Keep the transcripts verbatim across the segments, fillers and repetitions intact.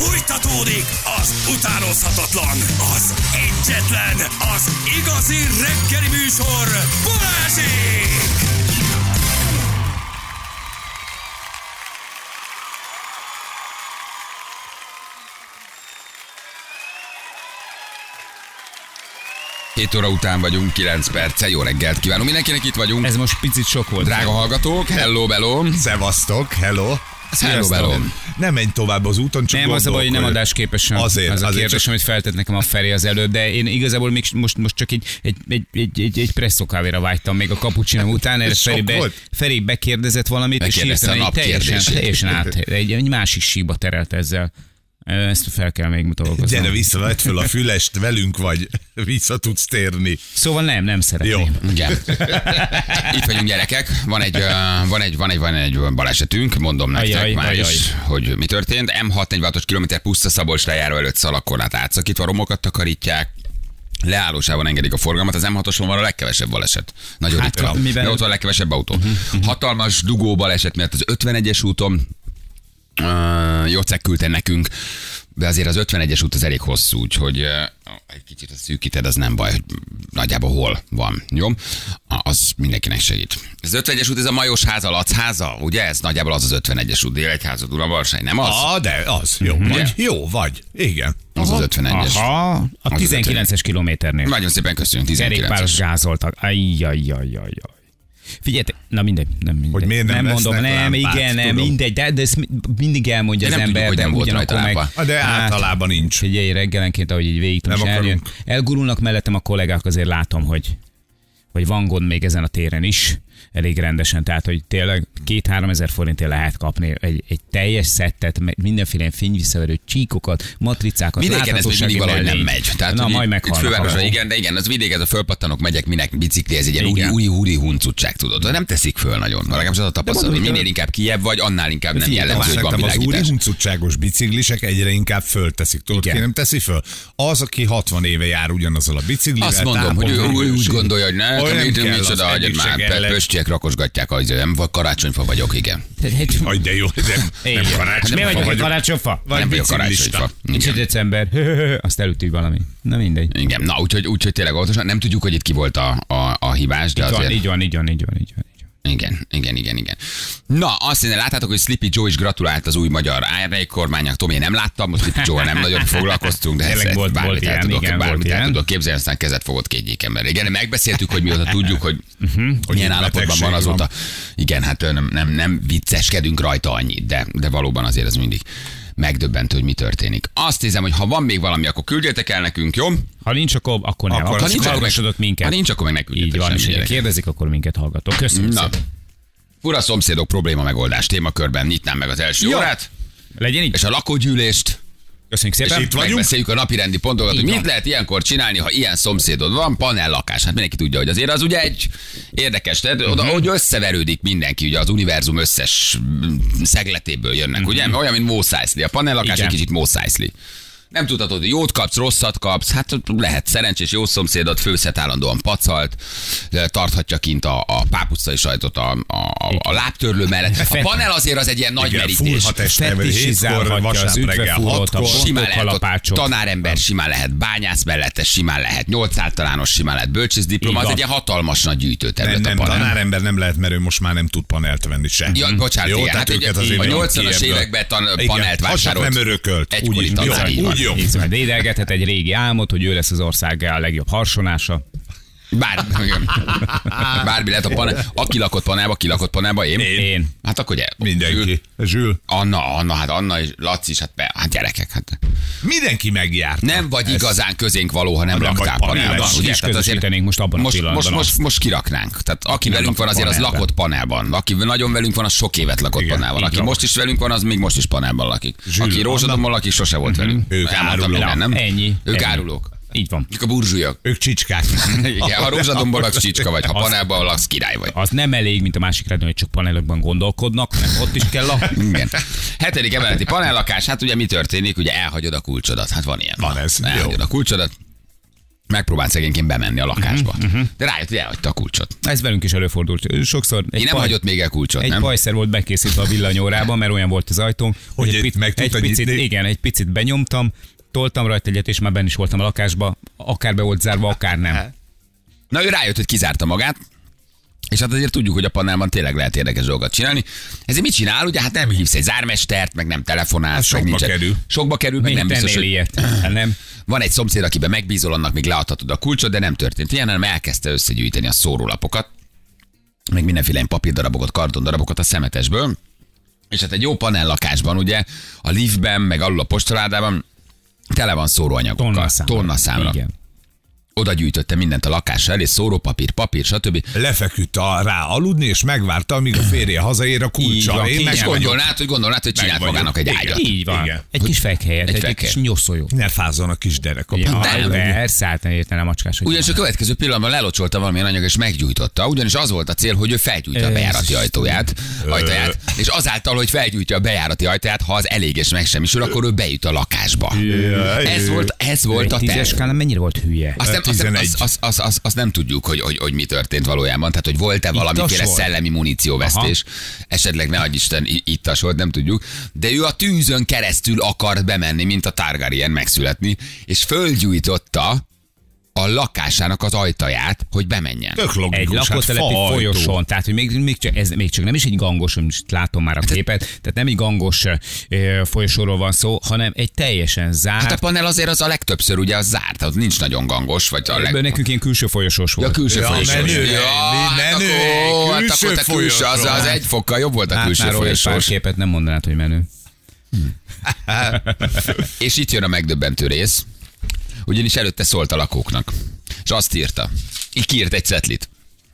Fújtatódik az utánozhatatlan, az egyetlen, az igazi reggeli műsor, Balázsék! hét óra után vagyunk, kilenc perce, jó reggelt kívánunk. Mindenkinek itt vagyunk. Ez most picit sok volt. Drága hallgatók, hello, bello. Szevasztok, hello. Hello, bello. Nem menj tovább az úton, csak nem, az a baj, hogy nem adásképesen. Azért, az a azért kérdés, csak... amit feltett nekem a Feri az előbb, de én igazából még most, most csak egy, egy, egy, egy, egy, egy presszó kávéra vágytam még a cappuccino után, erre Feri, be, Feri bekérdezett valamit, és hirtelen teljesen, teljesen át, egy, egy másik síba terelt ezzel. Ezt fel kell még mutatkozni. Gyere vissza, vedd föl a fülest, velünk vagy, vissza tudsz térni. Szóval nem, nem szeretném. Jó. Igen. Itt vagyunk, gyerekek. Van egy, van egy, van egy, van egy balesetünk, mondom nektek ajaj, már ajaj. is, hogy mi történt. M hat negyvenhatos kilométer Puszta Szabolcs lejáró előtt szalagkorlát átszakítva, romokat takarítják. Leállósában engedik a forgalmat, az M hatoson van a legkevesebb baleset. Nagyon hát, ritka, mivel... de ott van a legkevesebb autó. Uh-huh, uh-huh. Hatalmas dugó baleset miatt az ötvenegyes úton. Uh, Jocek küldte nekünk, de azért az ötvenegyes út az elég hosszú, úgyhogy uh, egy kicsit a szűkíted, az nem baj, hogy nagyjából hol van, jó? Az mindenkinek segít. Az ötvenegyes út, ez a Majos háza, Lac háza, ugye? Ez nagyjából az az ötvenegyes út, Délegyháza, Dunavarsány, nem az? Ah, de az, jó mm-hmm. vagy, jó vagy, igen. Az aha. Az ötvenegyes. Aha, a tizenkilences kilométernél. Nagyon szépen köszönjük, tizenkilences. Kerékpáros gázoltak, ajjajajajaj. Figyeljetek, na mindegy, nem mindegy. Hogy miért nem, nem mondom, nem, lámpát, igen, nem, mindegy, de, de ezt mindig elmondja az ember, tudjuk, de nem ugyanakkor meg... De általában hát, nincs. Figyelj, reggelenként, ahogy így végig tudom, eljön. Elgurulnak mellettem a kollégák, azért látom, hogy, hogy van gond még ezen a téren is, elég rendesen, tehát, hogy tényleg két-három ezer forintért lehet kapni egy, egy teljes szettet, mindenféle fényvisszaverő csíkokat, matricákat, vidéken ez még mindig valahogy nem megy. Tehát, na, majd meghalnak. Igen, de igen, az vidék, ez a fölpattanok, megyek, minek bicikli, ez egy ilyen úri, úri, úri huncutság, tudod. Nem teszik föl nagyon. Legalábbis az a tapasztalat, hogy minél inkább kijebb vagy, annál inkább nem jellemző, hogy van világítás. Az úri huncutságos biciklisek egyre inkább fölteszik. Tudod, ki nem teszi föl? Az, aki hatvan éve jár ugyanazzal a biciklivel. Azt mondom, hogy ő úgy gondolja, hogy ne, micsoda, hogy már pöstjek rakosgatják, hogy nem vagy karácsonyfa vagyok, igen. Aj, de jó, nem, nem karácsonyfa. Mi vagyok, egy karácsonyfa? Nem vagyok karácsonyfa. Nincs egy december, azt elütük valami. Na mindegy. Igen, na úgyhogy, úgyhogy tényleg óvatosan. Nem tudjuk, hogy itt ki volt a, a, a hibás, de így azért... Van, így van, így van, így van, így van. Igen, igen, igen, igen. Na, azt hiszem, láttátok, hogy Sleepy Joe is gratulált az új magyar árnyék kormánynak. Tom, én nem láttam, most Sleepy Joe nem nagyon foglalkoztunk, de ezt volt, bármit volt el ilyen, tudok, igen, bármit el ilyen. tudok képzelni, aztán kezet fogod két ember. Igen, megbeszéltük, hogy mióta tudjuk, hogy, uh-huh, hogy milyen állapotban van azóta. Van. Igen, hát nem, nem, nem vicceskedünk rajta annyit, de, de valóban azért ez mindig megdöbbentő, hogy mi történik. Azt hiszem, hogy ha van még valami, akkor küldjetek el nekünk, jó? Ha nincs, akkor, akkor nem. Akkor, ha nincs, akkor meg, minket. Ha nincs, akkor meg ne küldjetek. Így van, és ha kérdezik, akkor minket hallgatok. Köszönöm Na. szépen. Fura szomszédok probléma megoldás témakörben nyitnám meg az első jó. órát. Legyen így. És a lakógyűlést. Köszönjük szépen. És itt megbeszéljük a napirendi pontokat, hogy mit lehet ilyenkor csinálni, ha ilyen szomszédod van, panellakás. Hát mindenki tudja, hogy azért az ugye egy érdekes, tehát uh-huh. oda, hogy összeverődik mindenki, ugye az univerzum összes szegletéből jönnek, uh-huh. ugye? Olyan, mint Mos Eisley. A panellakás egy kicsit Mos Eisley. Nem tudhatod, hogy jót kapsz, rosszat kapsz, hát lehet szerencsés jó szomszédot, főszet állandóan pacalt, tarthatja kint a, a pápusztai sajtot a, a, a lábtörlő mellett. A panel azért az egy ilyen nagy merítés. Fettizizálhatja az ütvefúrót, a simán lehet, tanárember, simán lehet bányász mellette, simán lehet nyolc általános, simán lehet bölcsészdiploma, az egy ilyen hatalmas nagy gyűjtőterület nem, a nem, panel. Tanárember nem lehet, mert ő most már nem tud panelt venni se. Ja, bocsánat, jó, igen, hát a nyolcvanas években panelt vásárolt. Nem örökölt. Egykori tanár, jó. Dédelgethet egy régi álmot, hogy ő lesz az ország a legjobb harsonása. Bár, bármi lehet a panel. Aki lakott panelba, ki lakott panelba, én? Én. Hát akkor ugye. Mindenki. Zsül. Anna, Anna, hát Anna és Laci is, hát, be, hát gyerekek, hát. Mindenki megjárt. Nem vagy ez igazán közénk való, ha nem ha laktál panelban. Ugye, is közösítenénk most abban most, a pillanatban. Most, most, most kiraknánk. Tehát aki velünk van, azért az lakott panelban. Aki nagyon velünk van, az sok évet lakott igen, panelban. Aki most is velünk van, az még most is panelban lakik. Zsül, aki Rózsadomban lakik, sose volt velünk. Ők árulók. Ennyi. Ők árulók. Így van. Ők a burzsúlyok. Ők csicskák. Igen, ha Rózsadomban laksz, csicska vagy, ha panelban laksz, király vagy. Az nem elég, mint a másik rádió, hogy csak panelokban gondolkodnak, nem ott is kell lakni. Igen. Hetedik emeleti panellakás, hát ugye mi történik? Ugye elhagyod a kulcsodat. Hát van ilyen. Van ez. Elhagyod jó. a kulcsodat. Megpróbált szegényként bemenni a lakásba. Uh-huh, uh-huh. De rájött, hogy elhagyta a kulcsot. Ez velünk is előfordult. Sokszor egy Én nem paj... hagyott még el kulcsot, egy nem? Egy pajszer volt bekészítve a villanyórában, mert olyan volt az ajtóm, hogy, hogy egy, pic, meg egy picit, igen, egy picit benyomtam, toltam rajta egyet, és már benne is voltam a lakásba, akár be volt zárva, akár nem. Na ő rájött, hogy kizárta magát, és hát azért tudjuk, hogy a panelban tényleg lehet érdekes dolgokat csinálni. Ezért mit csinál? Ugye hát nem hívsz egy zármestert, meg nem telefonálsz. Sokba meg kerül. Sokba kerül, meg nem biztos, hogy... Ilyet. Nem. Van egy szomszéd, akiben megbízol, annak még leadhatod a kulcsot, de nem történt ilyen, hanem elkezdte összegyűjteni a szórólapokat, meg mindenféle papírdarabokat, kartondarabokat a szemetesből. És hát egy jó panel lakásban, ugye, a liftben, meg alul a postaládában tele van szóróanyagokkal. Tonnaszámra. Tonnaszámra. Igen. Oda gyűjtötte mindent a lakásra elé, szórópapír, papír, stb. Lefeküdt a, rá aludni, és megvárta, amíg a férje hazaér a kulccsal. Én meg gondolnád, hogy gondolnád, hogy csinált magának egy ágyat. Így van. Igen. Egy kis fekhelyet, egy, egy, egy kis nyoszoló. Ne fázzon a kisgyerek. A ja, persze, hát értene macskás. Ugyanis a következő pillanatban lelocsolta valamilyen anyag, és meggyújtotta. Ugyanis az volt a cél, hogy ő felgyújtja a bejárati ajtóját, ajtaját, és azáltal, hogy felgyújtja a bejárati ajtaját, ha az elég és megsemmisül, akkor ő bejut a lakásba. Ez volt, ez volt a terv. Tízes skálán mennyire volt hülye? Azt Azt az, az nem tudjuk, hogy, hogy, hogy mi történt valójában. Tehát, hogy volt-e valamiféle szellemi munícióvesztés. Aha. Esetleg ne adj Isten ittas volt, nem tudjuk. De ő a tűzön keresztül akart bemenni, mint a Targaryen megszületni, és fölgyújtotta a lakásának az ajtaját, hogy bemenjen. Tök logikus, egy lakótelepi hát folyosón, tehát hogy még, még, csak, ez még csak nem is egy gangos, most látom már a képet, tehát nem egy gangos ö, folyosóról van szó, hanem egy teljesen zárt. Hát a panel azért az a legtöbbször ugye az zárt, tehát nincs nagyon gangos. Vagy a leg... nekünk ilyen külső folyosós volt. Ja, külső ja, folyosós. Menő, ja, menő, menő, hát akkor te külső, az, az egy fokkal jobb volt a hát külső folyosós. Hát képet nem mondanád, hogy menő. És itt jön a megdöbbentő rész. Ugyanis előtte szólt a lakóknak, és azt írta, így kiírt egy cetlit.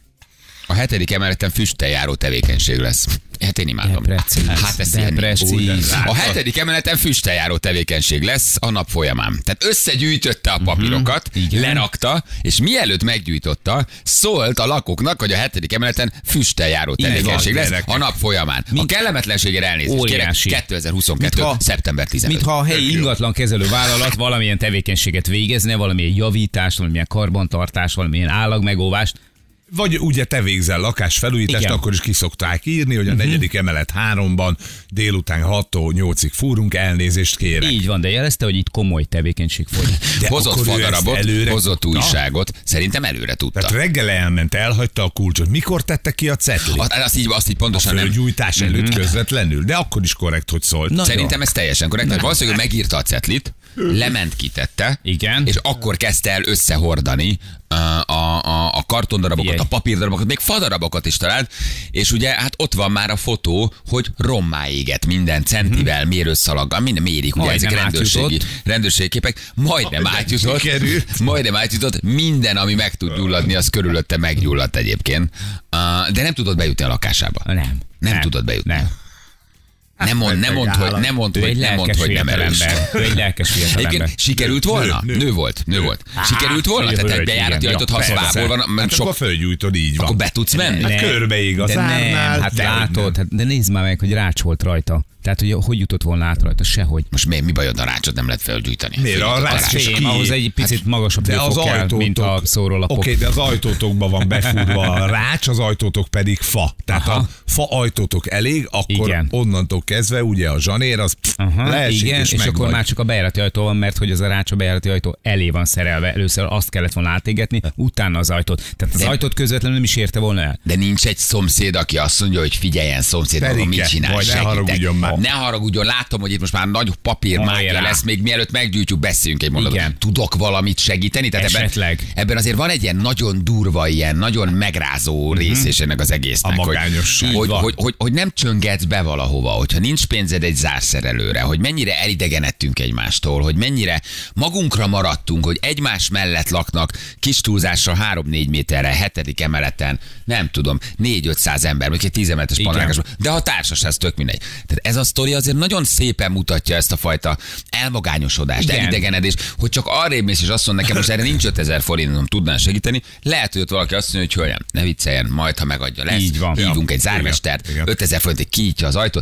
A hetedik emeleten füsttel járó tevékenység lesz. Hát én imádom. Depressív. Hát ezt Depressív. A hetedik emeleten füsttel járó tevékenység lesz a nap folyamán. Tehát összegyűjtötte a papírokat, uh-huh. lerakta, és mielőtt meggyújtotta, szólt a lakóknak, hogy a hetedik emeleten füsttel járó tevékenység lesz a nap folyamán. A kellemetlenségére elnézést kérek, kétezer-huszonkettő. Mintha, szeptember tizenötödike. Mintha a helyi ingatlan kezelő vállalat valamilyen tevékenységet végezne, valamilyen javítást, valamilyen karbantartást, valamilyen állagmegóvást. Vagy ugye te végzel lakásfelújítást, igen. Akkor is ki szokták írni, hogy a uh-huh. negyedik emelet háromban délután hattól nyolcig fúrunk, elnézést kérek. Így van, de jelezte, hogy itt komoly tevékenység folyik. Hozott fadarabot, hozott újságot, szerintem előre tudta. Tehát reggel elment, elhagyta a kulcsot. Mikor tette ki a cetlit? Azt, azt, így, azt így pontosan nem. A fölgyújtás előtt uh-huh. közvetlenül, de akkor is korrekt, hogy szólt. Na, szerintem jó. Ez teljesen korrekt. Tehát valószínűleg megírta a cetlit, lement, kitette, igen. És akkor kezdte el összehordani a, a, a, a kartondarabokat, igen. A papírdarabokat, még fadarabokat is talált, és ugye hát ott van már a fotó, hogy rommá éget minden centivel, hmm. mérőszalaggal, minden mérik, ugye ezek rendőrségi, rendőrségi képek, majdnem átjutott, majdnem átjutott, minden, ami meg tud gyulladni, az körülötte meggyulladt egyébként, de nem tudott bejutni a lakásába. Nem. Nem, nem tudott bejutni. Nem. Nem mond, nem mond, hogy nem mond, hogy nem mond, hogy nem erős. Ő egy lelkes fiatalember. Sikerült volna? Nő, nő. nő volt, nő volt. Sikerült volna? Tehát egy bejárati ajtót, ha fából van, hát sok... akkor fölgyújtod, így van. Akkor be tudsz menni? Hát körbeig az árnál. Hát látod, hát, de nézd már meg, hogy rács volt rajta. Tehát, hogy hogy jutott volna át rajta, sehogy. Most mi, mi bajod, a rácsot nem lehet felgyújtani? Miért? A rács is ki? Ahhoz egy picit magasabb hőfok kell, mint a szórólapok. Oké, okay, de az ajtótokban van befúrva a rács, az ajtótok pedig fa. Tehát aha. A fa ajtótok elég, akkor igen. Onnantól kezdve ugye a zsanér az aha, leesik, igen, és, és akkor vagy. Már csak a bejárati ajtó van, mert hogy az a rács a bejárati ajtó elé van szerelve. Először azt kellett volna átégetni, utána az ajtót. Tehát az de, ajtót közvetlenül nem is érte volna el. De nincs egy szomszéd, aki azt mondja, hogy figyeljen szomszéd, maga mit csinál, segítek. Ne haragudjon, látom, hogy itt most már nagy papír mája lesz, még mielőtt meggyújtjuk, beszéljünk egy mondatot. Igen. Tudok valamit segíteni? Tehát ebben, ebben azért van egy ilyen nagyon durva, ilyen nagyon megrázó rész mm-hmm. és ennek az egésznek. A magányosság. Hogy, hogy, hogy, hogy, hogy nem csöngetsz be valahova, hogyha nincs pénzed egy zárszerelőre, hogy mennyire elidegenedtünk egymástól, hogy mennyire magunkra maradtunk, hogy egymás mellett laknak kis túlzásra három-négy méterre, hetedik emeleten, nem tudom, négy-ötszáz ember, vagy egy tíz emeletes panellákásban, de ha társaság, tök mindegy. Tehát ez a sztori azért nagyon szépen mutatja ezt a fajta elmagányosodást, elidegenedést, hogy csak arrébb mész, és azt mondod nekem, most erre nincs ötezer forintom, tudnál segíteni. Lehet, hogy ott valaki azt mondja, hogy hölgyem, ne vicceljen, majd ha megadja, lesz. Így van. Hívunk egy zármestert, ötezer forint, egy kinyitja az ajtót. Nem, nem,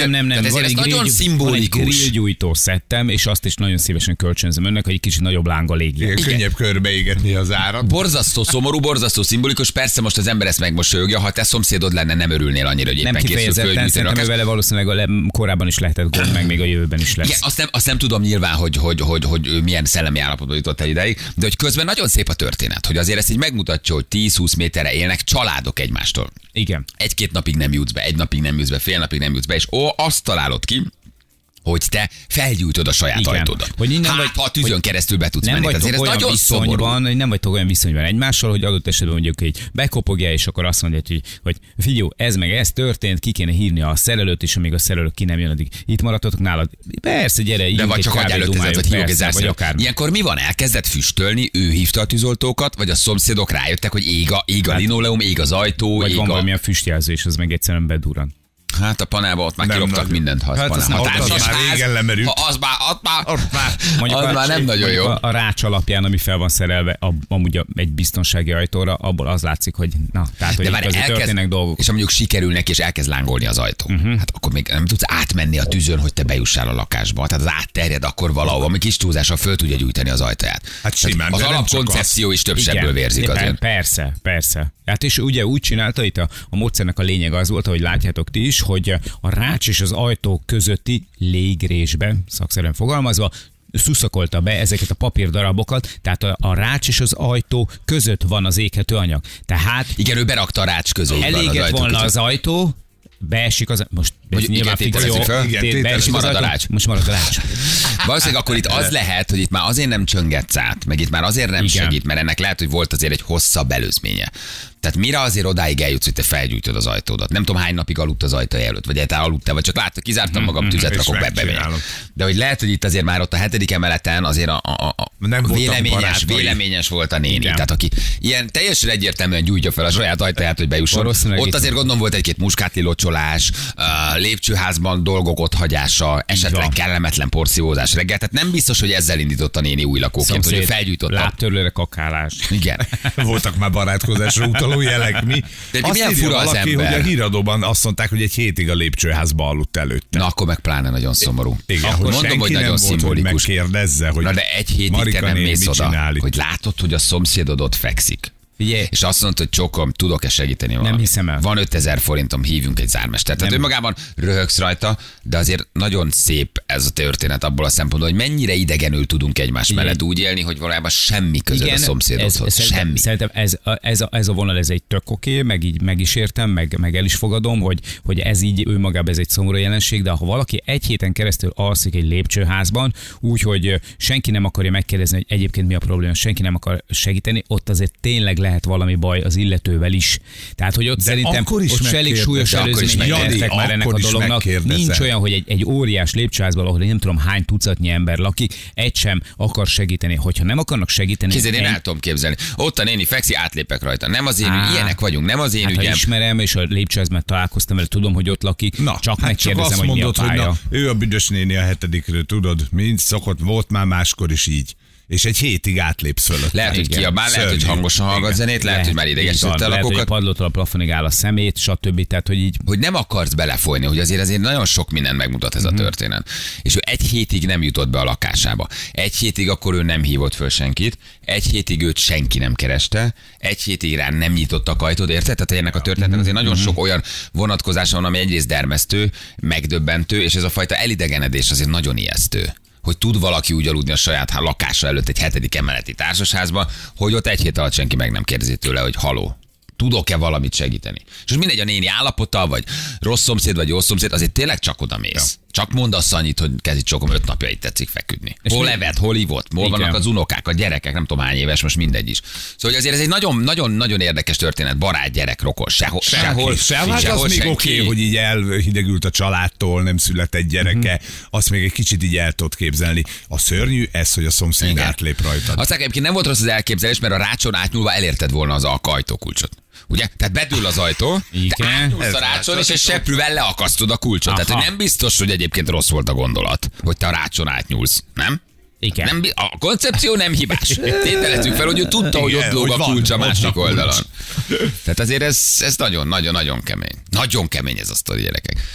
nem, nem, nem. Tehát ezért ez nagyon szimbolikus. Van egy grillgyújtó szettem, és azt is nagyon szívesen kölcsönzöm önnek, hogy egy kicsit nagyobb lánga légjen. Könnyebb körbeégetni az árat. Borzasztó szomorú, borzasztó szimbolikus. Persze most az ember ezt megmosolyogja, ha te szomszédod lenne, nem örülnél annyira, hogy éppen nem készül kifejezetten, szerintem vele valószínűleg a korábban is lehetett gond, meg még a jövőben is lesz. Igen, azt nem, azt nem tudom nyilván, hogy, hogy, hogy, hogy, hogy milyen szellemi állapotban jutott el ideig, de hogy közben nagyon szép a történet, hogy azért ezt így megmutatja, hogy tíz-húsz méterre élnek családok egymástól. Igen. Egy-két napig nem jutsz be, egy napig nem jutsz be, fél napig nem jutsz be, és ó, azt találod ki, hogy te felgyújtod a saját igen. ajtódat. Hogy nem hát, vagy, ha a tűzön hogy keresztül be tudsz nem menni. Azért ez nagyon viszonyban, hogy nem vagytok olyan viszonyban egymással, hogy adott esetben mondjuk így bekopogja, és akkor azt mondja, hogy, hogy figyelj, ez meg ez történt, ki kéne hívni a szerelőt, és amíg a szerelő ki nem jön, addig itt maradhatok nálad. Persze, gyere, de vagy csak hagyj előtt, vagy hívjuk egy zárszerűt. Akár. Ilyenkor mi van? Elkezdett füstölni, ő hívta a tűzoltókat, vagy a szomszédok rájöttek, hogy ég a, ég a hát, linoleum, ég az ajtó, vagy ég van a... valamilyen füstjelző, és az meg egyszerűen bedurran. Hát a panába ott már kiloptak mindent, ha az hát panában. Ha az már régen lemerült. Ha az már, ott már, ott már, mondjuk az már nem nagyon jó. A, a rács alapján, ami fel van szerelve, a, amúgy a, egy biztonsági ajtóra, abból az látszik, hogy na, tehát, hogy itt azért történnek dolgok. És ha mondjuk sikerülnek, és elkezd lángolni az ajtó, uh-huh. hát akkor még nem tudsz átmenni a tűzön, hogy te bejussál a lakásba. Tehát az átterjed akkor valahol, ami kis túlzással föl tudja gyújtani az ajtaját. Hát simán, az alapkoncepció is több sebből vérzik azért. Persze, persze. Hát és ugye úgy csinálta, itt a, a módszernek a lényeg az volt, ahogy látjátok ti is, hogy a rács és az ajtó közötti légrésben, szakszerűen fogalmazva, szuszakolta be ezeket a papírdarabokat, tehát a, a rács és az ajtó között van az éghető anyag. Tehát igen, ő berakta a rács közé. Elégett volna között. Az ajtó, beesik az... Most Mondjuk, nyilván fikció, beesik marad a rács. Most marad a rács. Valószínűleg akkor itt az lehet, hogy itt már azért nem csöngetsz át, meg itt már azért nem igen. segít, mert ennek lehet, hogy volt azért egy hosszabb előzménye. Tehát mire azért odáig eljutsz, hogy te felgyújtod az ajtódat? Nem tudom, hány napig aludt az ajtó előtt, vagy te aludtál, vagy csak láttad, kizártam magam, tüzet rakok be, be. De hogy lehet, hogy itt azért már ott a hetedik emeleten azért a, a, a nem véleményes, véleményes volt a néni. Igen. Tehát aki ilyen teljesen egyértelműen gyújtja fel a saját ajtaját, hogy bejusson. Ott azért gondolom volt egy-két muskátli locsolás, lépcsőházban dolgok otthagyása, esetleg kellemetlen porciózás reggel. Tehát nem biztos, hogy ezzel indított a néni új lakóként, hogy felgyújtotta. Lábtörlőre kakálás. Igen. Voltak már barátkozásra utaló jelek, mi. De azt milyen fura az valaki, ember. Hogy a híradóban azt mondták, hogy egy hétig a lépcsőházba aludt előtte. Na akkor meg pláne nagyon szomorú. Igen, akkor hogy mondom, hogy nagyon volt, szimbolikus. Hogy megkérdezze, hogy na de egy hétig te nem mész oda, hogy látod, hogy a szomszédod ott fekszik. Figyelj. És azt mondta, hogy csokom, tudok-e segíteni valamit? Nem hiszem el. Van ötezer forintom, hívjunk egy zármestert. Tehát önmagában röhögsz rajta, de azért nagyon szép ez a történet abból a szempontból, hogy mennyire idegenül tudunk egymás igen. mellett úgy élni, hogy valójában semmi között a szomszédodhoz. Semmi. Szerintem ez, ez, a, ez a vonal, ez egy tök oké, meg így meg is értem, meg, meg el is fogadom, hogy, hogy ez így önmagában ez egy szomorú jelenség, de ha valaki egy héten keresztül alszik egy lépcsőházban, úgyhogy senki nem akarja megkérdezni, hogy egyébként mi a probléma, senki nem akar segíteni, ott azért tényleg lehet valami baj az illetővel is. Tehát, hogy ott de szerintem ott elég súlyos előzmények már ennek a dolognak. Nincs olyan, hogy egy, egy óriás lépcsőházban, ahol nem tudom hány tucatnyi ember lakik, egy sem akar segíteni. Hogyha nem akarnak segíteni... Kézzel én egy... el tudom képzelni. Ott a néni fekszi, átlépek rajta. Nem az én ügyem, ilyenek vagyunk, nem az én hát, ügyem. Ha ismerem, és a lépcsőházban találkoztam vele, tudom, hogy ott lakik, na, csak hát megkérdezem, hogy mondod, mi a pálya. Hogy na, ő a büdös néni a hetedikről, tudod, mind szokott, volt már máskor is így. És egy hétig átlépsz fölött. Lehet, hogy kiabál, lehet, hogy hangosan hallgat zenét, lehet, lehet, hogy már idegesítette a lakokat. Lehet, hogy padlótól a plafonig áll a szemét, stb. Tehát, hogy így... Hogy nem akarsz belefolyni, hogy azért azért nagyon sok minden megmutat ez a történet. És ő egy hétig nem jutott be a lakásába. Egy hétig akkor ő nem hívott föl senkit, egy hétig őt senki nem kereste, egy hétig rá nem nyitottak ajtót, érted? Tehát ennek a történetnek azért nagyon sok olyan vonatkozása van, ami egyrészt dermesztő, megdöbbentő, és ez a fajta elidegenedés azért nagyon ijesztő. Hogy tud valaki úgy aludni a saját lakása előtt egy hetedik emeleti társasházban, hogy ott egy hét alatt senki meg nem kérdezi tőle, hogy haló, tudok-e valamit segíteni. És most mindegy a néni állapota, vagy rossz szomszéd, vagy jó szomszéd, azért tényleg csak oda mész. Ja. Csak mondasz annyit, hogy kezdj csokom, öt napja itt tetszik feküdni. És hol evett, hol ivott, hol vannak az unokák, a gyerekek, nem tudom hány éves, most mindegy is. Szóval azért ez egy nagyon-nagyon érdekes történet, barát, gyerek, rokon, sehol, sehol, sehol, sehol az még oké, hogy így elhidegült a családtól, nem született gyereke, mm-hmm. azt még egy kicsit így el tudod képzelni. A szörnyű ez, hogy a szomszéd igen. átlép rajtad. Aztán egyébként nem volt rossz az elképzelés, mert a rácson átnyúlva elérted volna az ajtókulcsot. Ugye? Tehát bedől az ajtó, te átnyúlsz a rácson, és egy seprűvel leakasztod a kulcsot. Aha. Tehát hogy nem biztos, hogy egyébként rossz volt a gondolat, hogy te a rácson átnyúlsz. Nem? Igen. Nem, a koncepció nem hibás. Tételezzük fel, hogy ő tudta, hogy ott lóg a kulcs a másik oldalon. Tehát azért ez, ez nagyon-nagyon-nagyon kemény. Nagyon kemény ez a sztori, gyerekek.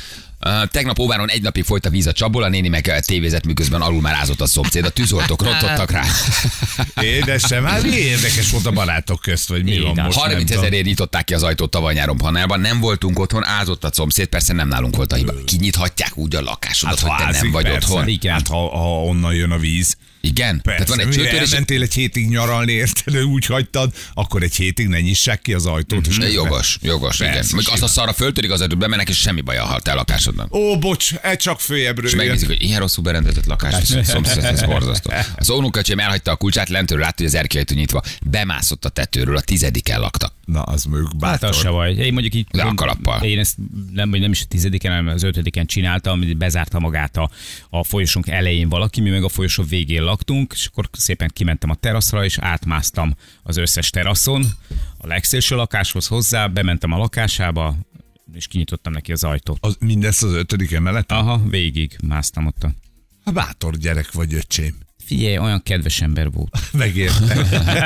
Uh, tegnap óváron egy napig folyt a víz a csapból, a néni meg tévézett, miközben alul már ázott a szomszéd. A tűzoltók rontottak rá. Édesem, hát mi érdekes volt a barátok közt, vagy mi van most? harmincezerért nyitották ki az ajtót tavaly nyáron panelban, nem voltunk otthon, ázott a szomszéd, persze nem nálunk volt a hiba. Kinyithatják úgy a lakásodat, hát, hogy te nem vagy persze. otthon. Igen. Hát ha, ha onnan jön a víz. Igen? Persze, tehát van egy csőtörés. Elmentél egy hétig nyaralni, érted, úgy hagytad, akkor egy hétig ne nyissák ki az ajtót. Mm-hmm. És jogos, jogos, persze, igen. Még azt a szarra föltörik az ajtót, bemennek, és semmi baj a te lakásodnak. Ó, bocs, ez csak följebbről. És megnézik, hogy ilyen rosszul berendezett lakás, szomszéd, ez borzasztó. Az unokaöcsém elhagyta a kulcsát, lentről látta, hogy az erkélyajtó nyitva. Bemászott a tetőről, a tizediken laktak. Na, az mögük bátor. Hát az se baj. Én mondjuk így... Le a kalappal. Én ezt nem, nem is a tizediken, hanem az ötödiken csináltam, hogy bezárta magát a, a folyosónk elején valaki, mi meg a folyosó végén laktunk, és akkor szépen kimentem a teraszra, és átmásztam az összes teraszon, a legszélső lakáshoz hozzá, bementem a lakásába, és kinyitottam neki az ajtót. Az, mindezt az ötödik emelet? Aha, végig másztam ott. Ha bátor gyerek vagy, öcsém. Figyelj, olyan kedves ember volt. Megértem.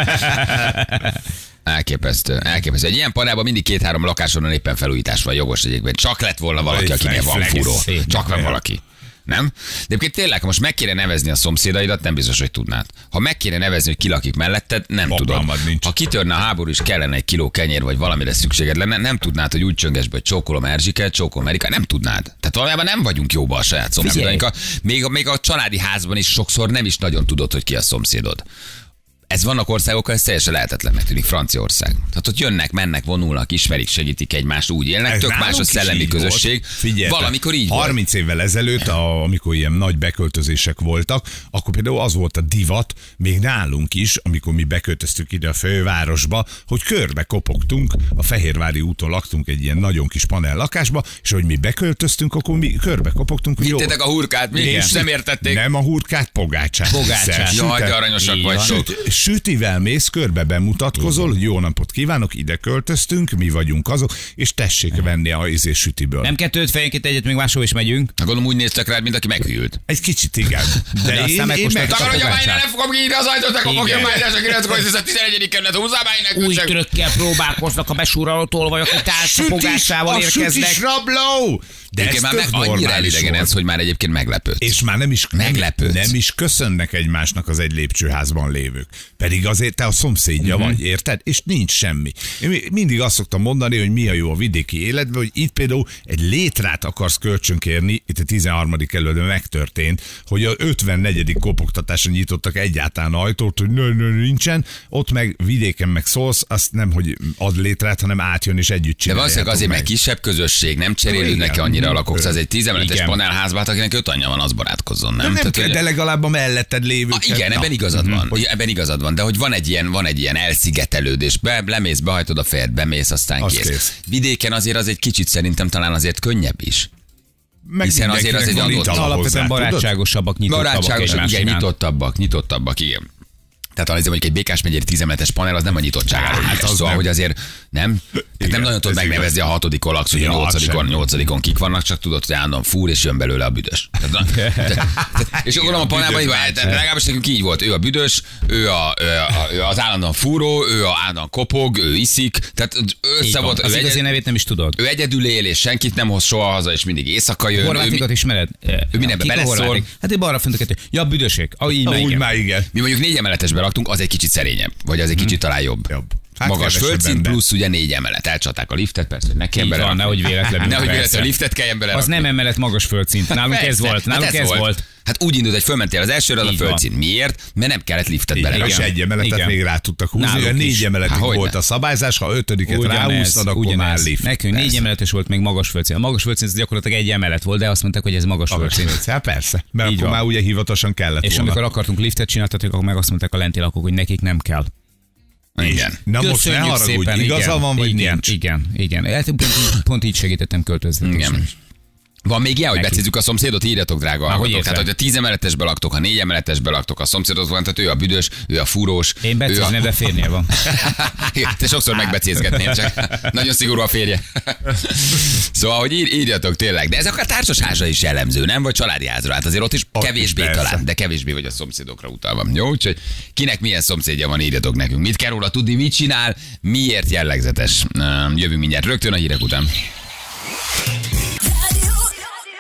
Elképesztő, elképesztő. Egy ilyen panelban mindig két-három lakásonon éppen felújítás van, jogos egyébként. Csak lett volna valaki, akinek van fúró. Csak van valaki. Nem? De egyébként tényleg, ha most meg kéne nevezni a szomszédaidat, nem biztos, hogy tudnád. Ha meg kéne nevezni, hogy ki lakik melletted, nem tudod. Nincs. Ha kitörne a háború, és kellene egy kiló kenyér, vagy valamire szükséged lenne, nem tudnád, hogy úgy csöngesd be, hogy csókolom Erzsiket, csókolom Erika, nem tudnád. Tehát valójában nem vagyunk jóba a saját szomszédainkkal. Még a, még a családi házban is sokszor nem is nagyon tudod, hogy ki a szomszédod. Ez vannak országok, ez teljesen lehetetlennek tűnik, Franciaország. Tehát ott jönnek, mennek, vonulnak, ismerik, segítik egymást, úgy élnek, ez tök más a szellemi közösség. Figyelj, valamikor így harminc volt. évvel ezelőtt, a, amikor ilyen nagy beköltözések voltak, akkor például az volt a divat, még nálunk is, amikor mi beköltöztünk ide a fővárosba, hogy körbe kopogtunk, a Fehérvári úton laktunk egy ilyen nagyon kis panel lakásba, és hogy mi beköltöztünk, akkor mi körbe kopogtunk. Vittétek a hurkát, mi is nem értették. Nem a hurkát, pogácsát. Pogácsát. Jaj, de aranyosak vagy. Sütivel mész, körbe bemutatkozol, hogy jó napot kívánok, ide költöztünk, mi vagyunk azok, és tessék venni a izés sütiből. Nem kettőt fejenként egyet, még máshol is megyünk. Hát gondolom úgy néztek rád, mint aki meghűlt. Egy kicsit igen. De, de én, én meg... Takarodja már, nem fogom kinyitni az ajtót, ne kopogja már, ez a kilenckor, ez a tizenegyedik kerület, húzzá már innen. Új trökkel próbálkoznak a besúrralótól, vagy akkor társ fogásával érkeznek. A sütis rabló! De ez már meg annyira elidegenedsz, hogy már egyébként meglepődsz. És már nem is, meglepődsz. Nem, nem is köszönnek egymásnak az egy lépcsőházban lévők. Pedig azért te a szomszédja mm-hmm. vagy, érted? És nincs semmi. Én mindig azt szoktam mondani, hogy mi a jó a vidéki életben, hogy itt például egy létrát akarsz kölcsönkérni, itt a tizenharmadik kerületben megtörtént, hogy a ötvennegyedik kopogtatáson nyitottak egyáltalán ajtót, hogy nő, nő, nincsen, ott meg vidéken meg szólsz, azt nem, hogy ad létrát, hanem átjön és együtt csinálják. De valószínűleg azért, meg kisebb közösség, nem cserélődnek annyira a lakók, az egy tízemeletes panelházban, hát akinek öt anyja van, az barátkozzon, nem? De, nem Tehát, kell, de legalább a melletted lévő. Ah, igen, ebben igazad van, hogy ebben igazad van, de hogy van egy ilyen, van egy ilyen elszigetelődés, be, lemész, behajtod a fejed, bemész, aztán az kész. kész. Vidéken azért az egy kicsit szerintem talán azért könnyebb is. Meg hiszen azért az egy adott. Alapvetően barátságosabbak, nyitottabbak. Barátságosabbak, igen, nyitottabbak, nyitottabbak, igen. Tehát azért mondjuk egy Békás megyeri tízemeletes panel, az nem a nyitottságáról. Hát az szóval, nem. Hogy azért nem, igen, nem nagyon tudod megnevezni igaz. A hatodikon laksz, hogy ja, a nyolcadikon, nyolcadikon kik vannak, csak tudod, hogy állandóan fúr, és jön belőle a büdös. Tehát, tehát, és akkor a panelban így van, legalábbis nekünk így volt. Ő a büdös, ő, a, ő, a, ő az állandóan fúró, ő a állandóan kopog, ő iszik. Tehát össze volt. Az igazi nevét nem is tudod. Ő egyedül él, és senkit nem hoz soha haza, és mindig éjszaka jön. Horvátikat ismered? Ő mindenbe beleszól. Hát én balra fönt a kettő. Ja, büdöség. Úgy már igen. Mi mondjuk négy emeletesben laktunk, az egy kicsit szerényebb, vagy az egy kicsit talán jobb. jobb. Hát magas földszint plusz ugye négy emelet. Elcsaták a liftet, persze, hogy ne kelljen bele. Van, nehogy véletlenül. Nehogy véletlenül a liftet kelljen bele. Az nem emelet magas földszint. Nálunk persze, ez volt. Nálunk hát ez, ez volt. volt. Hát úgy indult, hogy fölmentél az elsőre, az a földszint. Miért? Mert nem kellett liftet bele. És egy emeletet igen. még rá tudtak húzni. A négy emeletig hát, volt a szabályzás, ha ötödiket ráhúztad, akkor már lift. Nekünk négy emeletes volt még magas földszint. A magas földszint gyakorlatilag egy emelet volt, de azt mondták, hogy ez magas földszint. Hát persze, mert akkor már ugye hivatalosan kellett volna. És amikor akartunk liftet csináltatni, akkor meg azt mondták a lenti lakók, hogy nekik nem kell. Igen. Na most ne haragudj, igaza van, vagy igen, nincs? Igen, igen. Pont, pont így segítettem költözni. Igen. Van még ilyen, hogy becézzük a szomszédot, írjatok, drága hallgatók. Tehát, hogy a tíz emeletesbe laktok, a négy emeletesbe laktok, a szomszédot van, tehát ő a büdös, ő a fúrós. Én becézném, a... de férnie van. Te sokszor megbecézgetnél, csak nagyon szigorú a férje. Szóval, hogy ír, írjatok tényleg. De ez akár társasházra is jellemző, nem? Vagy családi házra. Hát azért ott is kevésbé persze. Talán, de kevésbé vagy a szomszédokra utalva. Jó, úgyhogy kinek milyen szomszédja van, írjatok nekünk. Mit kell róla tudni, mit csinál, miért jellegzetes. Jövünk mindjárt rögtön a hírek után.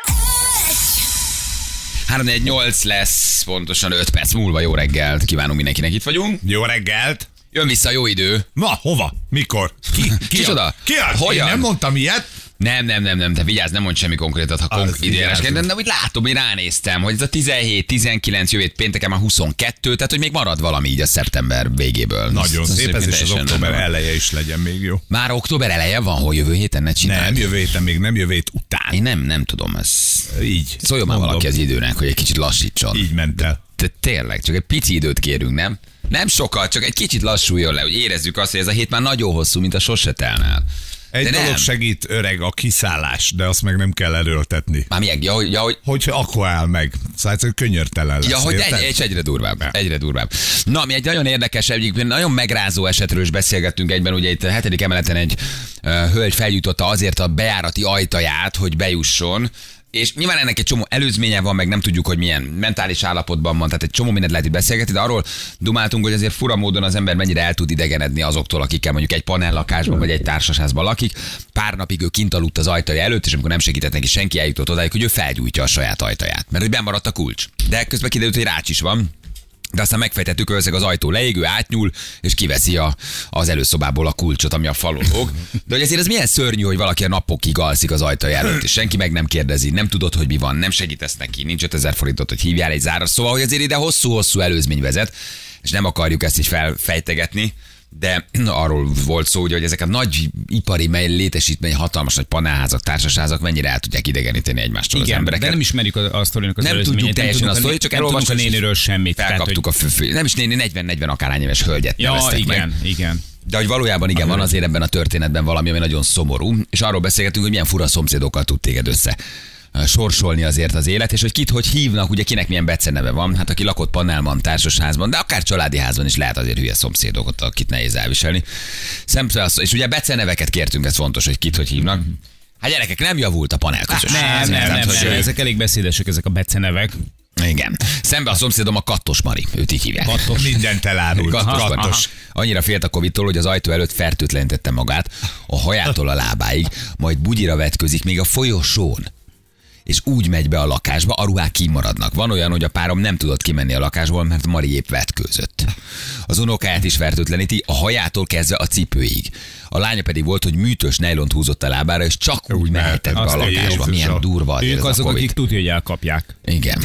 három négy nyolc lesz pontosan öt perc múlva. Jó reggelt kívánunk mindenkinek, itt vagyunk. Jó reggelt. Jön vissza a jó idő. Na, hova? Mikor? Ki? Ki Kicsoda? Ki az? Hogyan? Én nem mondtam ilyet. Nem, nem, nem, nem, te vigyázz, nem mondj semmi konkrétat, ha konk- időjárásként, de úgy látom, hogy ránéztem, hogy ez a tizenhét, tizenkilenc jövét pénteken már huszonkettő, tehát hogy még marad valami így a szeptember végéből. Nagyon Azt szép, ez is az október eleje is legyen még jó. Már október eleje van, hol jövő héten ne csináld. Nem, jövő héten még nem, jövő hét után. Én nem, nem tudom, ez... Így. Szóljon már valaki az időnek, hogy egy kicsit lassítson. Így ment el. Te tényleg, csak egy pici időt kérünk, nem? Nem sokat, csak egy kicsit lassuljon le, hogy érezzük azt, hogy ez a hét már nagyon hosszú, mint a sose telnál. Egy de dolog nem. Segít, öreg, a kiszállás, de azt meg nem kell erőltetni. Már milyen? Ja, hogy, ja, hogy... Hogy akkor áll meg. Szóval egyszerűen könyörtelen lesz. Ja, hogy egy, egy, egyre durvább. Nem. Egyre durvább. Na, mi egy nagyon érdekes, egy nagyon megrázó esetről is beszélgettünk egyben. Ugye itt a hetedik emeleten egy uh, hölgy feljutotta azért a bejárati ajtaját, hogy bejusson. És nyilván ennek egy csomó előzménye van, meg nem tudjuk, hogy milyen mentális állapotban van, tehát egy csomó mindent lehet itt beszélgetni, de arról dumáltunk, hogy azért fura módon az ember mennyire el tud idegenedni azoktól, akikkel mondjuk egy panellakásban vagy egy társasházban lakik. Pár napig ő kint aludt az ajtaja előtt, és amikor nem segített neki senki, eljutott odáig, hogy ő felgyújtja a saját ajtaját, mert hogy bemaradt a kulcs. De közben kiderült, hogy rács is van. De aztán megfejtettük, hogy az ajtó leégő, átnyúl, és kiveszi a, az előszobából a kulcsot, ami a falon lóg. De hogy azért ez milyen szörnyű, hogy valaki a napokig alszik az ajtaja előtt, és senki meg nem kérdezi, nem tudod, hogy mi van, nem segítesz neki, nincs ötezer forintot, hogy hívjál egy zárat. Szóval, hogy azért ide hosszú-hosszú előzmény vezet, és nem akarjuk ezt is felfejtegetni. De arról volt szó, hogy ezek a nagy ipari létesítmény, hatalmas nagy panelházak, társasházak mennyire el tudják idegeníteni egymástól az embereket. De nem ismerjük a sztorinak az nem tudjuk teljesen a sztorit, csak elolvastuk a néniről semmit. Felkaptuk tehát, hogy... a fő, nem is néni, negyven-negyven akárhány éves hölgyet ja, neveztek igen, meg. igen. De hogy valójában igen, van azért ebben a történetben valami, ami nagyon szomorú, és arról beszélgetünk, hogy milyen fura szomszédokkal tud téged össze sorsolni azért az élet, és hogy kit hogy hívnak, ugye kinek milyen beceneve van, hát aki lakott panelban, társasházban, de akár családi házban is lehet azért hülye szomszédokat, akit nehéz elviselni. Szemtől, és ugye beceneveket kértünk, ez fontos, hogy kit hogy hívnak. Hát gyerekek, nem javult a panel közösség. Nem, nem, nem, nem, ezek elég beszédesek, ezek a becenevek. Igen. Szembe a szomszédom a Kattos Mari, őt így hívják. Kattos. Mindent elárult. Kattos. Kattos. Annyira félt a Covidtól, hogy az ajtó előtt fertőtlenítette magát, a hajától a lábáig, majd bugyira vetközik még a folyosón. És úgy megy be a lakásba, a ruhák kimaradnak. Van olyan, hogy a párom nem tudott kimenni a lakásból, mert Mari épp vetkőzött. Az unokáját is fertőtleníti, a hajától kezdve a cipőig. A lánya pedig volt, hogy műtös nejlont húzott a lábára, és csak úgy mehetett be a lakásba. Milyen durva. Ők azok, akik tudja, hogy elkapják. Igen.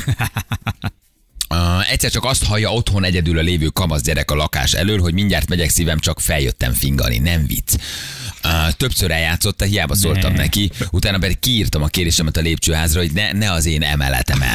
Uh, egyszer csak azt hallja otthon egyedül a lévő kamasz gyerek a lakás elől, hogy mindjárt megyek szívem, csak feljöttem fingani, nem vicc. Uh, többször eljátszotta, hiába szóltam ne. neki, utána pedig kiírtam a kérésemet a lépcsőházra, hogy ne, ne az én emeletemen.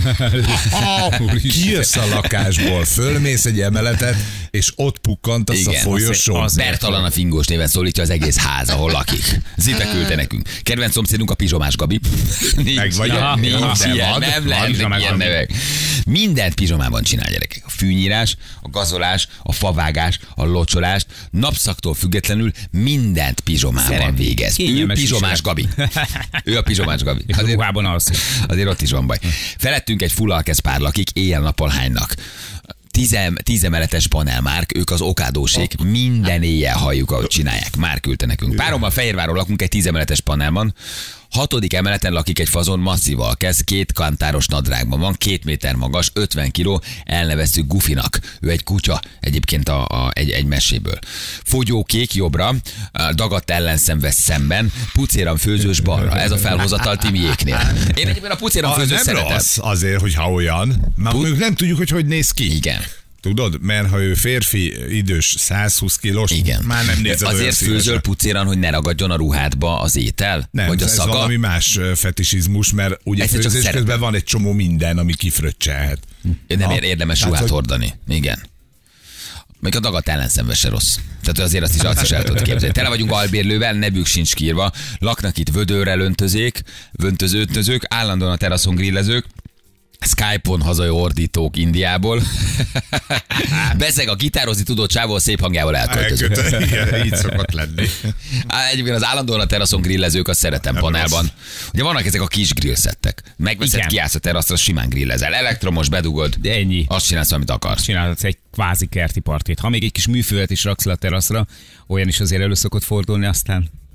Kijössz a lakásból, fölmész egy emeletet, és ott pukkantasz a folyosón. Bertalan a fingós néven szólítja az egész ház, ahol lakik. Zita küldte nekünk. Kedvenc szomszédunk a pizsomás Gabi. nincs, vagy ja, nincs ja, ilyen, nem lehet ilyen nevek. Mindent pizsomában csinál, gyerekek. A fűnyírás, a gazolás, a favágás, a locsolást, napszaktól függetlenül mindent pizsomában végez. Ő pizsomás Gabi. Ő a pizsomás Gabi. Azért, az. azért ott is van baj. Felettünk egy fullalkesz pár lakik, éjjel-nappal hánynak. Tízem, tízemeletes panelmárk, ők az okádósék, minden éjjel halljuk, ahogy csinálják. Már küldte nekünk. Párommal Fehérváron lakunk egy tízemeletes panelban. Hatodik emeleten lakik egy fazon masszíval, kezd két kantáros nadrágban van, két méter magas, ötven kiló, elneveztük Gufinak. Ő egy kutya, egyébként a, a, egy, egy meséből. Fogyókék jobbra, dagadt ellenszenves szemben, pucéran főzős balra. Ez a felhozatal Timiéknél. Én egyébként a pucéran főzős szeretem. Rossz azért, hogyha olyan. Már Put- nem tudjuk, hogy hogy néz ki. Igen. Tudod, mert ha ő férfi, idős, százhúsz kilós, igen. már nem nézed olyan azért főzöl pucéran, hogy ne ragadjon a ruhádba az étel? Nem, vagy a ez szaga? valami más fetisizmus, mert ugye egyszer főzés közben van egy csomó minden, ami kifröccselhet. Nem ér érdemes ruhát hogy... hordani. Igen. Még a dagat ellenszenves se rossz. Tehát azért azt is, azt is el tudod képzelni. Tele vagyunk albérlővel, nevük sincs kiírva, laknak itt vödörrel öntözék, öntözők, állandóan a teraszon grillezők, Skype-on hazai ordítók Indiából. Bezeg a gitározni tudó csávó szép hangjával elköltözött. Igen, így szokott lenni. Egyébként az állandóan a teraszon grillezők, azt szeretem nem panelban. Rossz. Ugye vannak ezek a kis grillszettek. Megveszed, kiállsz a teraszra, simán grillezel. Elektromos, bedugod. De ennyi. Azt csinálsz, amit akarsz. Csinálsz egy kvázi kerti partit. Ha még egy kis műfőt is raksz le a teraszra, olyan is azért elő szokott fordulni, aztán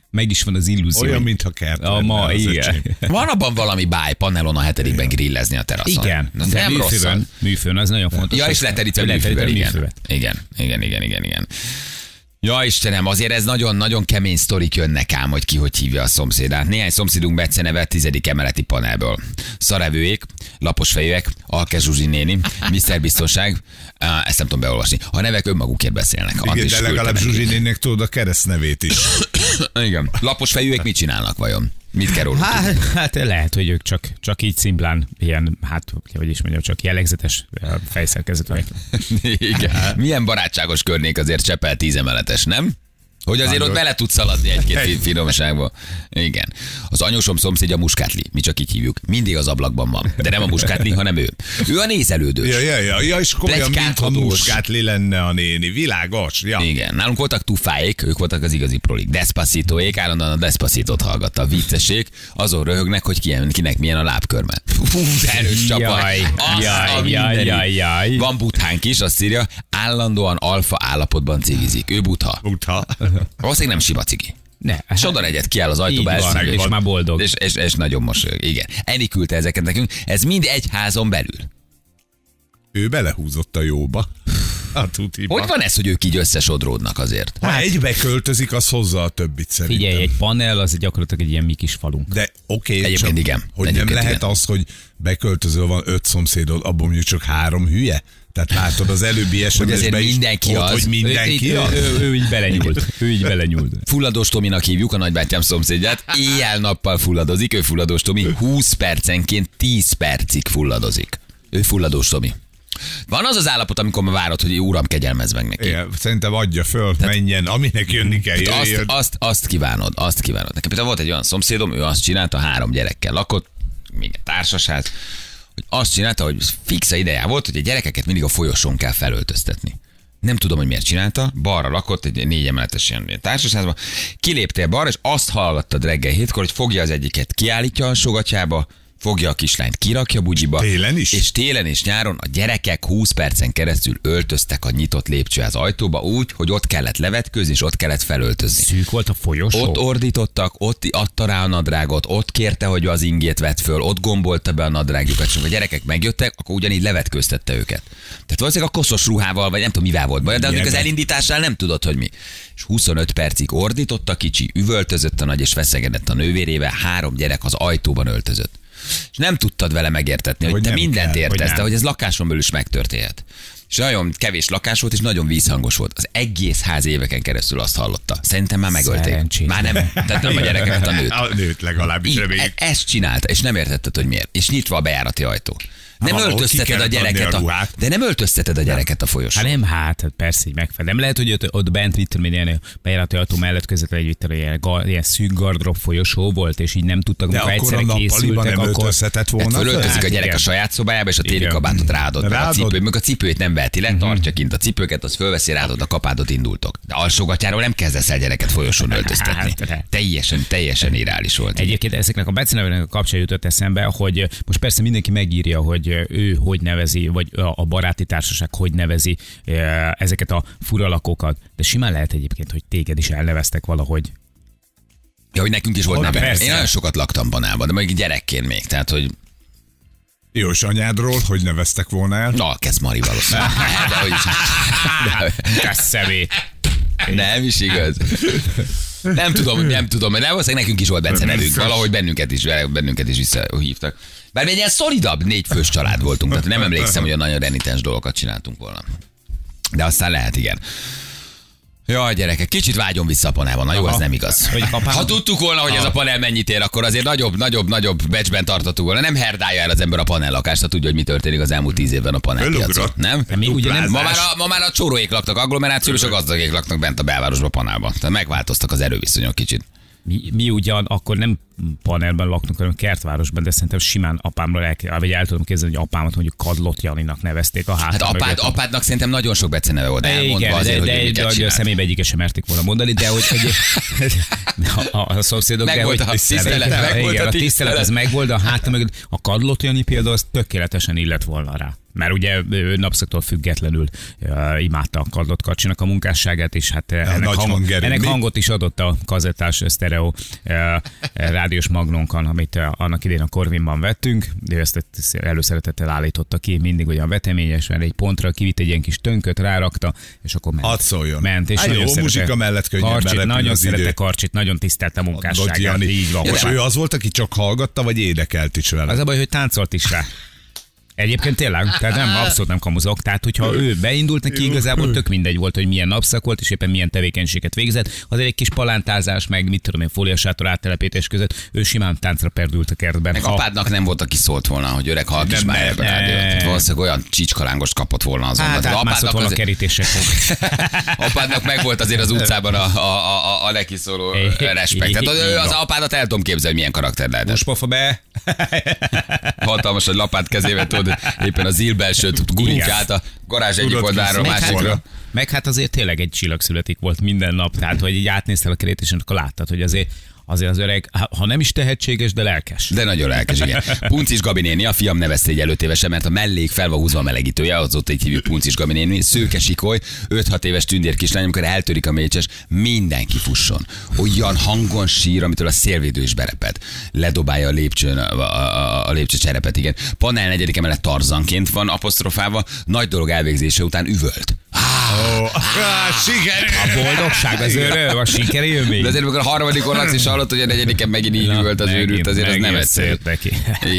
Meg is van az illúzió. Olyan, mintha kert. A ma, igen. Van abban valami báj, panelon a hetedikben grillezni a teraszon. Igen, de nem műfőn, műfőn, az nagyon fontos. Ja, és leterítve a műfővel, igen. Igen, igen, igen, igen, igen. Ja, Istenem, azért ez nagyon-nagyon kemény sztorik jönnek ám, hogy ki hogy hívja a szomszédát. Néhány szomszédunk beceneve tizedik emeleti panelből. Szarevőjék, laposfejűek, Alke Zsuzsi néni, miszter Biztonság, ezt nem tudom beolvasni. A nevek önmagukért beszélnek. Igen, de legalább Zsuzsi néninek tudod a keresztnevét is. Igen. Laposfejűek mit csinálnak vajon? Mit kell róluk? Hát, hát lehet, hogy ők csak, csak így szimplán ilyen, hát, hogy is mondjam, csak jellegzetes fejszerkezetűek. Igen. Milyen barátságos körnék azért Csepel tíz emeletes, nem? Hogy azért ott bele tudsz szaladni egy-két finomságba. Igen. Az anyósom szomszédja Muskátli, mi csak így hívjuk. Mindig az ablakban van. De nem a Muskátli, hanem ő. Ő a nézelődős. Ja, ja, ja, ja és komolyan, mintha Muskátli lenne a néni. Világos. Ja. Igen. Nálunk voltak tufáik, ők voltak az igazi prolik. Despacitóék, állandóan a Despacitót hallgatta. Vicceség, azon röhögnek, hogy kinek milyen a lábkörme. Fú, de erős csapat. Jaj, jaj, jaj, jaj, jaj. Van buthánk is, azt írja, állandóan alfa állapotban cigizik. Ő butha. Butha. Valószínűleg nem sima cigi. Ne. És oda egyet kiáll az ajtóba, van, és már boldog. És, és, és nagyon mosolyog. Igen. Eni küldte ezeket nekünk. Ez mind egy házon belül. Ő belehúzott a jóba. A tutiba. Hogy van ez, hogy ők így összesodródnak azért? Ha hát, egybe költözik, az hozza a többit szerintem. Figyelj, egy panel az gyakorlatilag egy ilyen mi kis falunk. De oké, okay, egyébként igen. Hogy egyébként nem lehet igen. az, hogy beköltöző van öt szomszédod, abban mondjuk csak három hülye? Tehát látod az előbbi esetben is, mindenki ott, az. hogy mindenki ő, az. Ő, ő, ő így belenyúlt. Ő így belenyúlt. Fulladós Tominak hívjuk a nagybátyám szomszédját. Éjjel-nappal fulladozik. Ő Fulladós Tomi. húsz percenként tíz percig fulladozik. Ő Fulladós Tomi. Van az az állapot, amikor már várod, hogy uram, kegyelmezz meg neki. Igen, szerintem adja föl, tehát, menjen, aminek jönni kell. Jön, azt, azt, azt kívánod, azt kívánod. Nekem például volt egy olyan szomszédom, ő azt csinálta, három gyerekkel lakott, még egy társasház, hogy azt csinálta, hogy fixa ideje volt, hogy a gyerekeket mindig a folyosón kell felöltöztetni. Nem tudom, hogy miért csinálta, balra lakott egy négy emeletes ilyen társasházban, kiléptél balra, és azt hallgattad reggel hétkor, hogy fogja az egyiket, kiállítja a sogatyába, fogja a kislányt, kirakja bugyiba. Télen is? És télen és nyáron a gyerekek húsz percen keresztül öltöztek a nyitott lépcsőház ajtóba úgy, hogy ott kellett levetkőzni, és ott kellett felöltözni. Szűk volt a folyosó? Ott ordítottak, ott adta rá a nadrágot, ott kérte, hogy az ingét vett föl, ott gombolta be a nadrágjukat, és amikor a gyerekek megjöttek, akkor ugyanígy levetkőztette őket. Tehát valószínűleg a koszos ruhával, vagy nem tudom mivel volt baj, de az elindításnál nem tudod, hogy mi. És huszonöt percig ordított a kicsi, üvöltözött a nagy, és feszegedett a nővérével, három gyerek az ajtóban öltözött. És nem tudtad vele megértetni, hogy, hogy te mindent kell, értesz, hogy de hogy ez lakáson belül is megtörténhet. És nagyon kevés lakás volt, és nagyon vízhangos volt. Az egész ház éveken keresztül azt hallotta. Szerintem már megölték. Szerencsés. Már nem. Tehát nem a gyerekeket, a nőt. A nőt legalábbis. E- ezt csinálta, és nem értetted, hogy miért. És nyitva a bejárati ajtó. Nem ha, öltözteted a gyereket a, a de nem öltözteted a gyereket a folyosón. Hát nem, hát persze, így megfelel. Nem lehet, hogy ott, ott bent vittem, ilyen bejárati ajtó mellett közvetlenül egy vittem, ilyen, ilyen szűk gardrop folyosó volt, és így nem tudtak, amikor egyszerre készültek, nem akkor... volna. Fölöltözik hát, a gyerek igen. a saját szobájába, és a téli kabátot ráadod. Meg a, cipő, meg a cipőt nem veheti le, tartja kint a cipőket, az fölveszi, ráadod a kapádot, indultok. De alsógatyáról nem kezdesz el gyereket folyosón öltöztetni. Teljesen, teljesen irreális volt. Egyébként ezeknek a beceneveknek a kapcsán jutott eszembe, hogy most persze mindenki megírja, hogy ő hogy nevezi, vagy a baráti társaság hogy nevezi ezeket a furalakokat, de simán lehet egyébként, hogy téged is elneveztek valahogy. Ja, hogy nekünk is volt neve. Én nagyon sokat laktam Banában, de még gyerekként még, tehát hogy... Jó, és anyádról hogy neveztek volna el? Na, kezd Mari valószínűleg. De hogy is... Köszövé. Nem is igaz. Nem tudom, nem tudom, mert valószínűleg nekünk is volt Bence nevünk, valahogy bennünket is, bennünket is visszahívtak. Bár mi egy ilyen szolidabb négyfős család voltunk, tehát nem emlékszem, hogy a nagyon renitens dolgokat csináltunk volna. De aztán lehet, igen. Jaj, gyerekek, kicsit vágyom vissza a panelban. Na jó, ez nem igaz. Ha tudtuk volna, hogy ez a panel mennyit ér, akkor azért nagyobb, nagyobb, nagyobb becsben tartottuk volna. Nem herdálja el az ember a panel lakást, ha tudja, hogy mi történik az elmúlt tíz évben a panelpiacon. Nem? Ugye nem? Ma már, a, ma már a csóróék laktak agglomerációban, és a gazdagék laknak bent a belvárosban, panelban. Tehát megváltoztak az erőviszonyok kicsit. Mi, mi ugyan akkor nem panelben laktunk, hanem kertvárosban, de szerintem simán apámról el, vagy el tudom képzelni, hogy apámat mondjuk Kadlott Janinak nevezték a hátam. Hát apád, apádnak szerintem nagyon sok beceneve volt elmondva igen, azért, de, hogy de, de, de a szemébe egyik sem merték volna mondani, de hogy, hogy a, a, a szomszédok, meg de volt hogy a tisztelet, igen, meg volt igen, a tisztelet, tisztelet az megvolt, de a hátam meg a Kadlott Jani például az tökéletesen illett volna rá. Mert ugye ő napszaktól függetlenül uh, imádta a Kadlott Kacsinak a munkásságát, és hát ja, ennek, hang, ennek hangot is adott a kazettás sztereó uh, rádiós magnónkon, amit uh, annak idén a Corvinban vettünk. Ő ezt előszeretettel állította ki, mindig olyan veteményesen, egy pontra kivitt egy ilyen kis tönköt, rárakta, és akkor ment. Hadd szóljon. Ment, és Á, jó, muzsika mellett könnyebben Karcsit, nagyon az szerette idő. Karcsit, nagyon tisztelte a munkásságát. Így van. És ő az volt, aki csak hallgatta, vagy énekelt is vele? Az a baj, hogy táncolt is rá. Egyébként tényleg, tehát nem, abszolút nem kamuzok. Tehát, hogyha ő beindult neki, igazából tök mindegy volt, hogy milyen napszak volt, és éppen milyen tevékenységet végzett. Az egy kis palántázás, meg mit tudom én, fóliasátor áttelepítés között, ő simán táncra perdült a kertben. Meg ha... apádnak nem volt, aki szólt volna, hogy öreg halk is már ebben rádiót. Valószínűleg olyan csícskalángost kapott volna azonnal. Hát átmászott volna a kerítések. Apádnak meg volt azért az utcában a, a, a, a neki szóló respekt. Tehát ő az apádat el tudom képzelni, milyen karakter lehet. Most pofa be. Hatalmas, hogy lapát kezével tudod, éppen az ilbelsőt gurunk át a garázs egyik oldalról a másikra. Meg hát azért tényleg egy csillag születik volt minden nap, tehát hogy így átnéztél a kerítésen, akkor láttad, hogy azért Azért az öreg, ha nem is tehetséges, de lelkes. De nagyon lelkes, igen. Puncis Gabi néni, a fiam nevezte egy előtévesen, mert a mellék fel van húzva a melegítője, azóta így hívjuk Puncis Gabi néni, szőke sikoly, öt-hat éves tündér kislány, amikor eltörik a mécses, mindenki fusson. Olyan hangon sír, amitől a szélvédő is bereped. Ledobálja a lépcsőn, a, a, a lépcső cserepet, igen. Panel negyedik emelet Tarzanként van apostrofálva, nagy dolog elvégzése után üvölt. Oh, ah, sikerül! A boldogság, az öröm, a sikerélmény. De azért, amikor a harmadikon laksz, és hallott, hogy a negyediken megint így üvölt az őrült, azért az nem egyszerű. neki.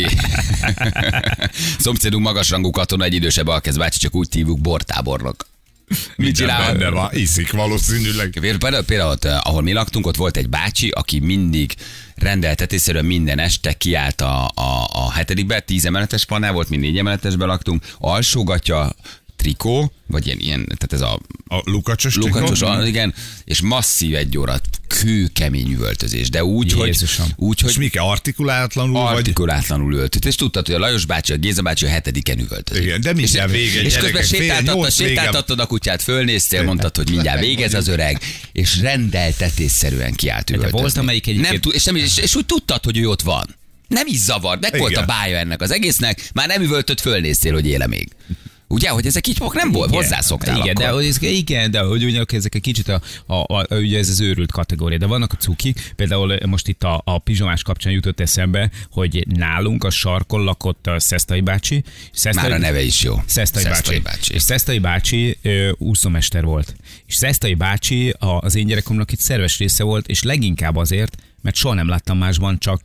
Szomszédunk magasrangú katona, egy idősebb Alkez bácsi, csak úgy hívjuk bortábornok. Mit csinál? Benne van, iszik valószínűleg. Például, például ott, ahol mi laktunk, ott volt egy bácsi, aki mindig rendeltetésszerűen minden este kiállt a, a, a hetedikbe, tíz emeletes panel volt, mi négy emeletesben laktunk, alsógatja, trikó, vagy ilyen, ilyen tehát ez a... A lukacsos lukacsos trikó? Igen, és masszív egy óra kőkemény üvöltözés, de úgy, Jézusom. hogy... Úgy, hogy és Mike artikulátlanul? Artikulátlanul üvöltött, és tudtad, hogy a Lajos bácsi, a Géza bácsi a hetediken üvöltözik. Igen, de mindjárt vége. És közben sétáltattad, sétáltattad a kutyát, fölnéztél, mondtad, hogy mindjárt végez az öreg, és rendeltetésszerűen kiállt üvöltözni. Volt, amelyik egyébként... Nem, és, nem, és, és úgy tudtad, hogy ő ott van. Nem is zavar, meg volt a bája ennek az egésznek, már nem üvöltött, fölnéztél, hogy éle még. Ugye, hogy ezek így nem volt, hozzászoktál igen, akkor. de, hogy ez, igen, de hogy ugye ezek egy kicsit a, a, a, ugye ez az őrült kategória, de vannak a cukik, például most itt a, a pizsomás kapcsán jutott eszembe, hogy nálunk a sarkon lakott a Szesztai bácsi. Szesztai, már a neve is jó. Szesztai, Szesztai bácsi. bácsi. És Szesztai bácsi ö, úszómester volt. És Szesztai bácsi a, az én gyerekkomnak itt szerves része volt, és leginkább azért, mert soha nem láttam másban, csak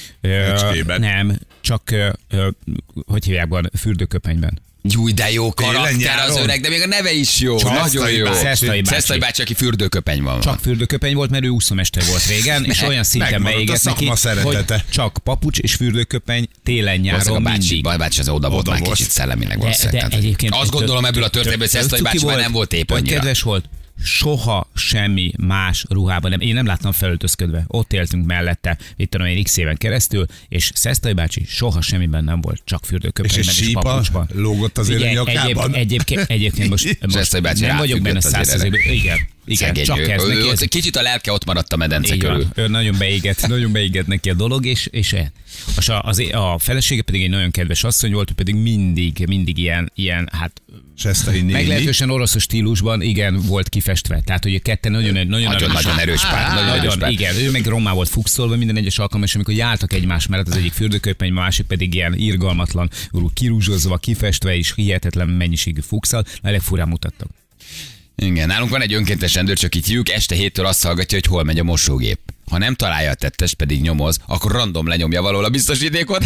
ö, nem, csak ö, hogy hívják van, fürdőköpenyben. Júj, de jó karakter az öreg, de még a neve is jó. Csak nagyon jó. Szesztai bácsi. Szesztai bácsi, aki fürdőköpeny van. Csak fürdőköpeny volt, mert ő úszómester volt régen, és olyan szinten beégett neki, hogy csak papucs és fürdőköpeny télen-nyáron mindig. A bácsi az oda volt már kicsit szellemileg valószínűleg. Azt gondolom ebből a történetből, hogy Szesztai bácsi már nem volt épp annyira. Kedves volt. Soha semmi más ruhában nem. Én nem láttam felöltözködve. Ott éltünk mellette, itt tudom én x éven keresztül, és Szesztai bácsi soha semmiben nem volt, csak fürdőköpenyben és, és papucsban. Lógott az én nyakában. Egyébként, egyébként most, most nem vagyok benne százszerzékben. Igen. Igen, csak ő, ez ő, neki. ő, Ez... Kicsit a lelke ott maradt a medence körül. Ő nagyon beégett, nagyon beégett neki a dolog, és, és az, az, a felesége pedig egy nagyon kedves asszony volt, ő pedig mindig, mindig ilyen, ilyen hát meglehetősen orosz stílusban, igen, volt kifestve. Tehát, hogy a ketten nagyon, nagyon, nagyon, nagyon erős pár. Nagyon, nagyon, nagyon igen, ő meg rommá volt fuxolva minden egyes alkalommal, és amikor jártak egymás mellett, az egyik fürdőköpeny, a másik pedig ilyen irgalmatlan, kirúzsozva, kifestve, és hihetetlen mennyiségű fuxal, legfurán mutattak. Igen, nálunk van egy önkéntes rendőr, csak itt hívjuk, este héttől azt hallgatja, hogy hol megy a mosógép. Ha nem találja a tettes, pedig nyomoz, akkor random lenyomja valahol a biztosítékot.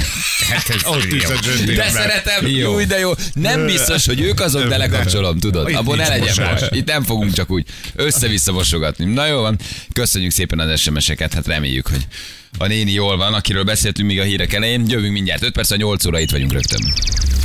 De szeretem, jó, de jó. Nem biztos, hogy ők azok, de lekapcsolom, tudod. Abból ne legyen most. Itt nem fogunk csak úgy össze-vissza mosogatni. Na jó van, köszönjük szépen az es em es-eket, hát reméljük, hogy a néni jól van, akiről beszéltünk még a hírek elején. Jövünk mindjárt öt perc, a nyolc óra itt vagyunk rögtön.